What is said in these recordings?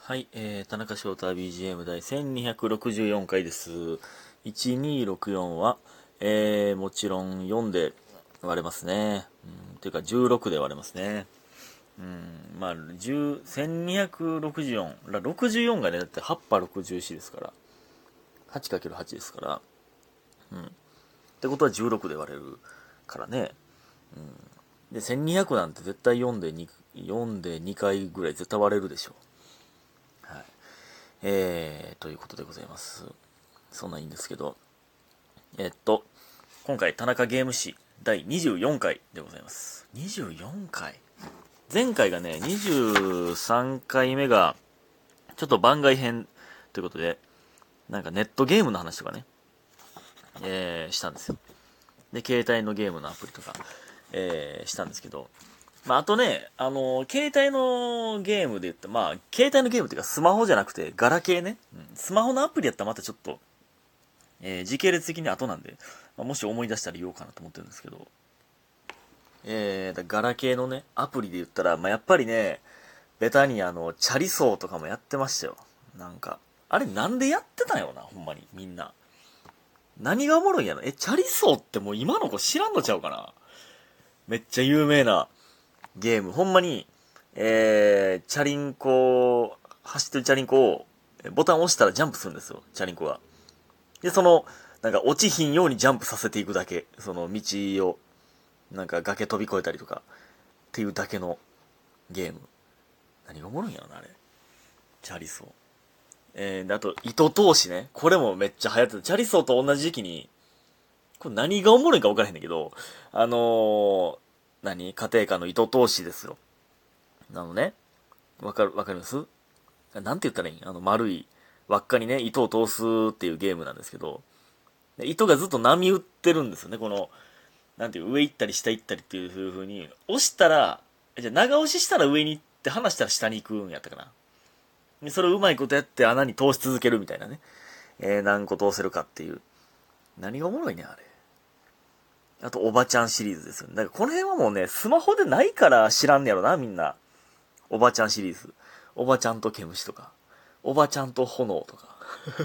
はい、田中翔太 BGM 第1264回です。1264は、もちろん4で割れますね。というか16で割れますね。まあ、1264、64がね、だって8波64ですから、8×8 ですから、ってことは16で割れるからね。で、1200なんて絶対4で2回ぐらい絶対割れるでしょ。はい。ということでございます。そんなんいいんですけど、今回田中ゲーム誌第24回でございます。24回前回がね、23回目が、ちょっと番外編ということで、なんかネットゲームの話とかね、したんですよ。で、携帯のゲームのアプリとか、したんですけど、まあ、あとね、携帯のゲームで言った、まあ、携帯のゲームっていうかスマホじゃなくて、ガラケーね。スマホのアプリやったらまたちょっと、時系列的に後なんで、まあ、もし思い出したら言おうかなと思ってるんですけど、ガラケーのね、アプリで言ったら、まあ、やっぱりね、ベタにチャリソーとかもやってましたよ。なんか、あれなんでやってたんやろな、ほんまに、みんな。何がおもろいんやろ。チャリソーってもう今の子知らんのちゃうかな。めっちゃ有名なゲーム。ほんまに、チャリンコ、走ってるチャリンコを、ボタンを押したらジャンプするんですよ、チャリンコが。で、なんか落ちひんようにジャンプさせていくだけ。その道を、なんか崖飛び越えたりとか、っていうだけのゲーム。何がおもろいんやろな、あれ。チャリソー。で、あと、糸通しね。これもめっちゃ流行ってた。チャリソーと同じ時期に、これ何がおもろいか分からへんねんけど、家庭科の糸通しですよ。ね。わかりますなんて言ったらいいん丸い輪っかにね、糸を通すっていうゲームなんですけど、糸がずっと波打ってるんですよね。なんていう、上行ったり下行ったりっていう風に、押したら、じゃあ長押ししたら上に行って離したら下に行くんやったかな。でそれをうまいことやって穴に通し続けるみたいなね。何個通せるかっていう。何がおもろいね、あれ。あと、おばちゃんシリーズですよね。だからこの辺はもうね、スマホでないから知らんねやろな、みんな。おばちゃんシリーズ。おばちゃんと毛虫とか。おばちゃんと炎とか。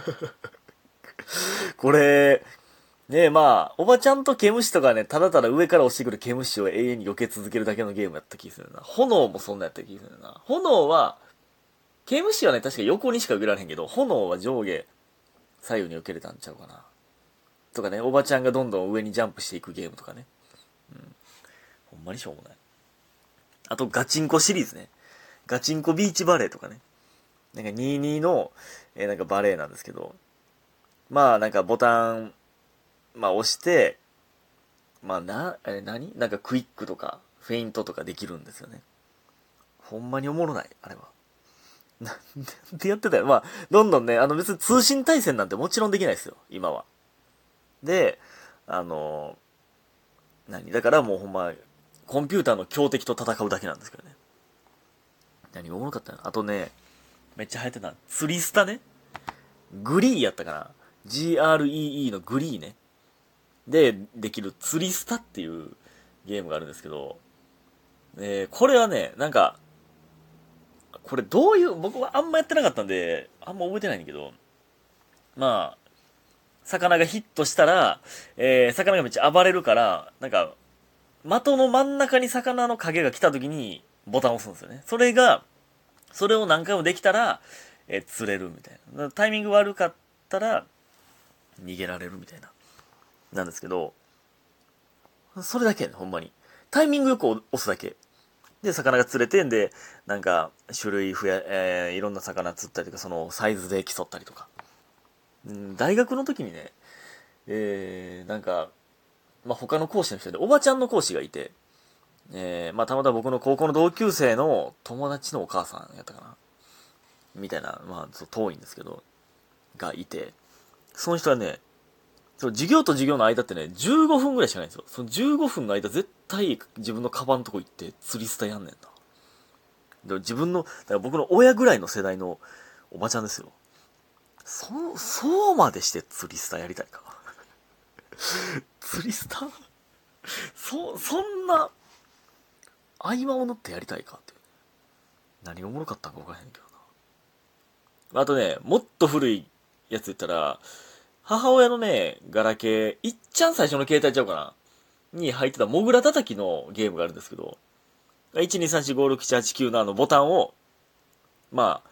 これ、ねまあ、おばちゃんと毛虫とかね、ただただ上から押してくる毛虫を永遠に避け続けるだけのゲームやった気がするな。炎もそんなやった気がするな。炎は、毛虫はね、確か横にしか受けられへんけど、炎は上下、左右に受けれたんちゃうかな。とかね、おばちゃんがどんどん上にジャンプしていくゲームとかね。ほんまにしょうもない。あと、ガチンコシリーズね。ガチンコビーチバレーとかね。なんか22の、なんかバレーなんですけど、まあなんかボタン、まあ押して、まああれなんかクイックとか、フェイントとかできるんですよね。ほんまにおもろない、あれは。なんでやってたよ。まあ、どんどんね、別に通信対戦なんてもちろんできないですよ、今は。で、あの、だからもうほんま、コンピューターの強敵と戦うだけなんですけどね。何がおもろかったのあとね、めっちゃ流行ってた。釣りスタね。グリーやったかな ?GREE のグリーね。で、できる釣りスタっていうゲームがあるんですけど、これはね、なんか、これどういう、僕はあんまやってなかったんで、あんま覚えてないんだけど、まあ、魚がヒットしたら、魚がめっちゃ暴れるから、なんか、的の真ん中に魚の影が来た時にボタンを押すんですよね。それを何回もできたら、釣れるみたいな。タイミング悪かったら、逃げられるみたいな。なんですけど、それだけやね、ほんまに。タイミングよく押すだけ。で、魚が釣れてんで、なんか、種類いろんな魚釣ったりとか、その、サイズで競ったりとか。大学の時にね、なんか、まあ、他の講師の人で、おばちゃんの講師がいて、まあ、たまたま僕の高校の同級生の友達のお母さんやったかな。みたいな、まあ、遠いんですけど、がいて、その人はね、授業と授業の間ってね、15分ぐらいしかないんですよ。その15分の間絶対自分のカバンのとこ行って釣りスタやんねんな。だから僕の親ぐらいの世代のおばちゃんですよ。そうまでして釣りスタやりたいか。釣りスタそんな、合間を縫ってやりたいかって。何がおもろかったんか分からへんけどな。 あとね、もっと古いやつ言ったら、母親のね、ガラケー、いっちゃん最初の携帯ちゃうかなに入ってたモグラ叩きのゲームがあるんですけど、1,2,3,4,5,6,7,8,9のボタンを、まあ、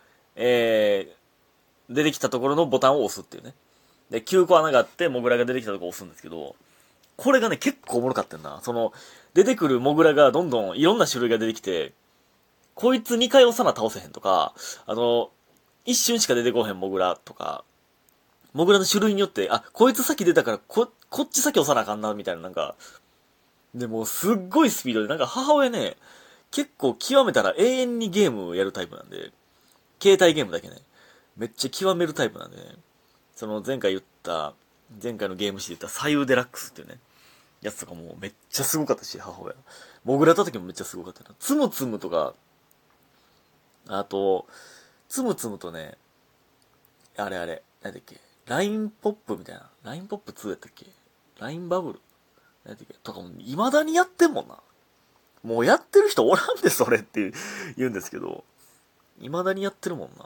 出てきたところのボタンを押すっていうね。で、9個穴があって、モグラが出てきたところを押すんですけど、これがね、結構おもろかったんだ。出てくるモグラがどんどんいろんな種類が出てきて、こいつ2回押さな倒せへんとか、一瞬しか出てこへんモグラとか、モグラの種類によって、あ、こいつ先出たからこっち先押さなあかんな、みたいな、なんか、でもすっごいスピードで、なんか母親ね、結構極めたら永遠にゲームをやるタイプなんで、携帯ゲームだけね、めっちゃ極めるタイプなんでね、前回のゲーム誌で言った左右デラックスっていうね、やつとかもめっちゃすごかったし、母親。モグラた時もめっちゃすごかったな。つむつむとか、あと、つむつむとね、あれ、なんだっけ、ラインポップみたいな。ラインポップ2やったっけ、ラインバブルなんだっけとかも未だにやってんもんな。もうやってる人おらんで、それって言うんですけど、未だにやってるもんな。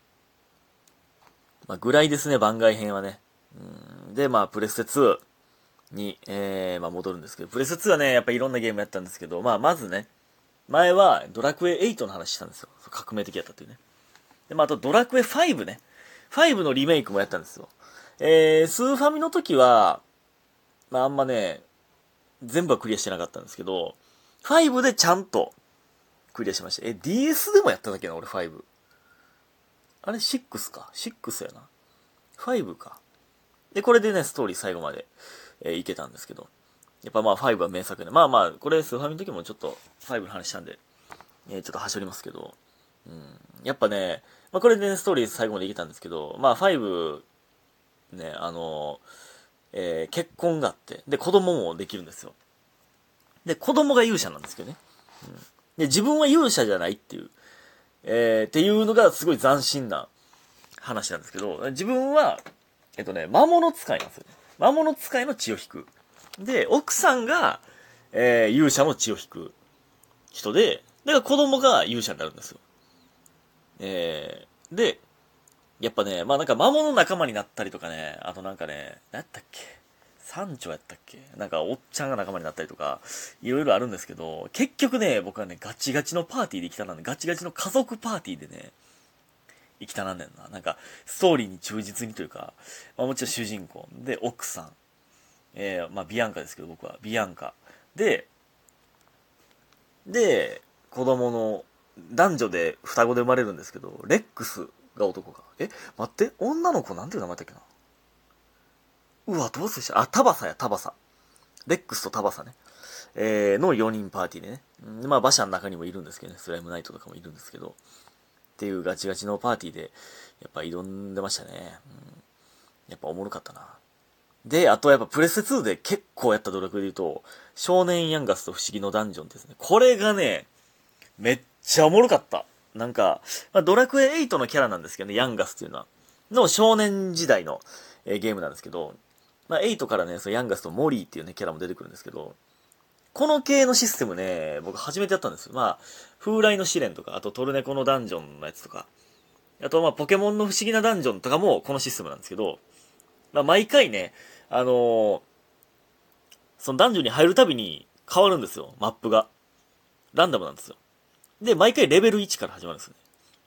まあ、ぐらいですね、番外編はね。で、まあ、プレステ2に、まあ、戻るんですけど、プレステ2はね、やっぱいろんなゲームやったんですけど、まあ、まずね、前はドラクエ8の話したんですよ。革命的やったっていうね。で、まあ、あとドラクエ5ね。5のリメイクもやったんですよ。スーファミの時は、まあ、あんまね、全部はクリアしてなかったんですけど、5でちゃんとクリアしました。DS でもやっただっけな、俺5。あれ6か。6やな。5か。で、これでね、ストーリー最後まで、いけたんですけど。やっぱまあ5は名作で。まあまあ、これスーファミの時もちょっと5の話したんで、ちょっと端折りますけど。やっぱね、まあこれでね、ストーリー最後までいけたんですけど、まあ5、ね、結婚があって、で、子供もできるんですよ。で、子供が勇者なんですけどね。で、自分は勇者じゃないっていう、っていうのがすごい斬新な話なんですけど、自分は、魔物使いなんですよね。魔物使いの血を引く。で、奥さんが、勇者の血を引く人で、だから子供が勇者になるんですよ。で、やっぱね、まあなんか魔物仲間になったりとかね、あとなんかね、何やったっけ山頂やったっけなんかおっちゃんが仲間になったりとか、いろいろあるんですけど、結局ね、僕はね、ガチガチのパーティーで生きたなんで、ガチガチの家族パーティーでね、生きたなんだよな。なんか、ストーリーに忠実にというか、まあもちろん主人公。で、奥さん。まあビアンカですけど、僕は。ビアンカ。で、子供の、男女で双子で生まれるんですけど、レックスが男か。待って、女の子なんていう名前だっけな。うわ、どうせしたあ、タバサや、タバサ。レックスとタバサね。の4人パーティーでね。まあ、馬車の中にもいるんですけどね。スライムナイトとかもいるんですけど。っていうガチガチのパーティーで、やっぱ挑んでましたね。やっぱおもろかったな。で、あとやっぱプレステ2で結構やったドラクエで言うと、少年ヤンガスと不思議のダンジョンですね。これがね、めっちゃおもろかった。なんか、まあ、ドラクエ8のキャラなんですけどね、ヤンガスっていうのは。の少年時代の、ゲームなんですけど、まあ、8からね、そのヤンガスとモリーっていうね、キャラも出てくるんですけど、この系のシステムね、僕初めてやったんですよ。まあ、風来の試練とか、あとトルネコのダンジョンのやつとか、あとまあ、ポケモンの不思議なダンジョンとかもこのシステムなんですけど、まあ、毎回ね、そのダンジョンに入るたびに変わるんですよ、マップが。ランダムなんですよ。で、毎回レベル1から始まるんですよね。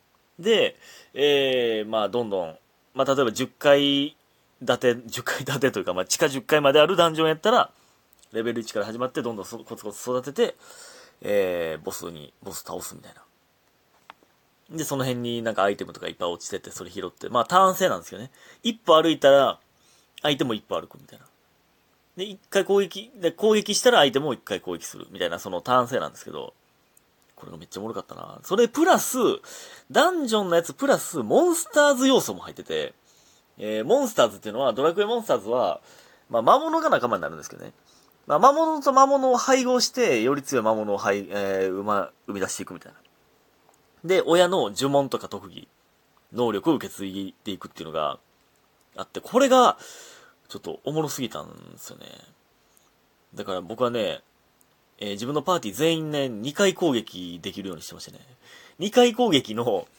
で、まあ、どんどん、まあ、例えば10階建てというか、まあ、地下10階まであるダンジョンやったら、レベル1から始まって、どんどんコツコツ育てて、ボス倒すみたいな。で、その辺になんかアイテムとかいっぱい落ちてて、それ拾って、まあ、ターン制なんですけどね。一歩歩いたら、相手も一歩歩くみたいな。で、一回攻撃したら相手も一回攻撃するみたいな、そのターン制なんですけど、これがめっちゃおもろかったな。それプラス、ダンジョンのやつプラス、モンスターズ要素も入ってて、モンスターズっていうのは、ドラクエモンスターズは、まあ、魔物が仲間になるんですけどね。まあ、魔物と魔物を配合して、より強い魔物を生み出していくみたいな。で、親の呪文とか特技、能力を受け継いでいくっていうのがあって、これが、ちょっとおもろすぎたんですよね。だから僕はね、自分のパーティー全員ね、2回攻撃できるようにしてましたね。2回攻撃の、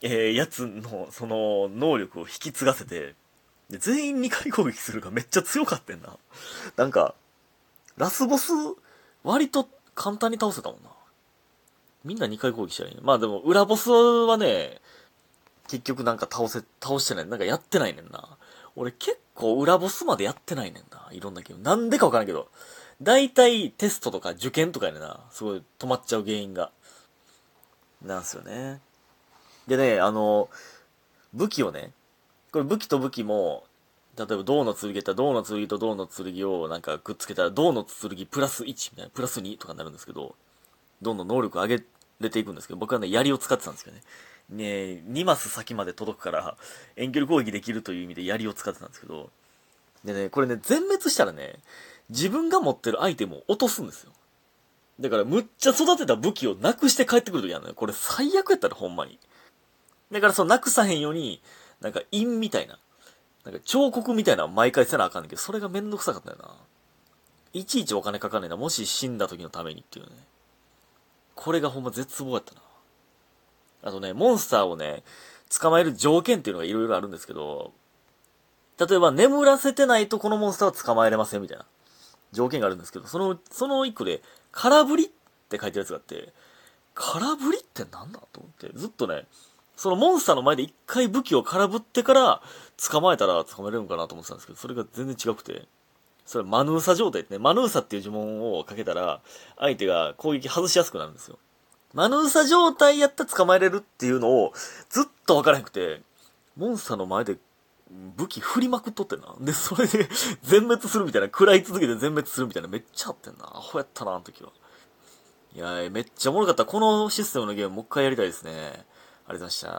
やつの、その、能力を引き継がせて、で全員2回攻撃するがめっちゃ強かったんな。なんか、ラスボス、割と簡単に倒せたもんな。みんな2回攻撃したらいいね。まあでも、裏ボスはね、結局なんか倒してない。なんかやってないねんな。俺結構裏ボスまでやってないねんな。いろんなゲーム。なんでかわからんけど。大体テストとか受験とかやねんな。すごい止まっちゃう原因が。なんすよね。でね、武器をね、これ武器と武器も、例えば銅の剣やったら銅の剣と銅の剣をなんかくっつけたら銅の剣プラス1みたいな、プラス2とかになるんですけど、どんどん能力上げれていくんですけど、僕はね、槍を使ってたんですけどね。ね、2マス先まで届くから、遠距離攻撃できるという意味で槍を使ってたんですけど、でね、これね、全滅したらね、自分が持ってるアイテムを落とすんですよ。だから、むっちゃ育てた武器をなくして帰ってくるときあるのよ。これ最悪やったらほんまに。だから、なくさへんように、なんか、印みたいな。なんか、彫刻みたいなの毎回せなあかんねんけど、それがめんどくさかったよな。いちいちお金かかんねんな。もし死んだ時のためにっていうね。これがほんま絶望やったな。あとね、モンスターをね、捕まえる条件っていうのがいろいろあるんですけど、例えば眠らせてないとこのモンスターは捕まえれませんみたいな条件があるんですけど、その一個で、空振りって書いてるやつがあって、空振りってなんだと思って、ずっとね、そのモンスターの前で一回武器を空振ってから捕まえたら捕まえれるのかなと思ってたんですけど、それが全然違くて、それマヌーサ状態ってね、マヌーサっていう呪文をかけたら、相手が攻撃外しやすくなるんですよ。マヌーサ状態やったら捕まえれるっていうのをずっと分からなくて、モンスターの前で武器振りまくっとってんな。で、それで全滅するみたいな、食らい続けて全滅するみたいなめっちゃあってんな。アホやったな、あの時は。いやー、めっちゃおもろかった。このシステムのゲームもう一回やりたいですね。ありがとうございました。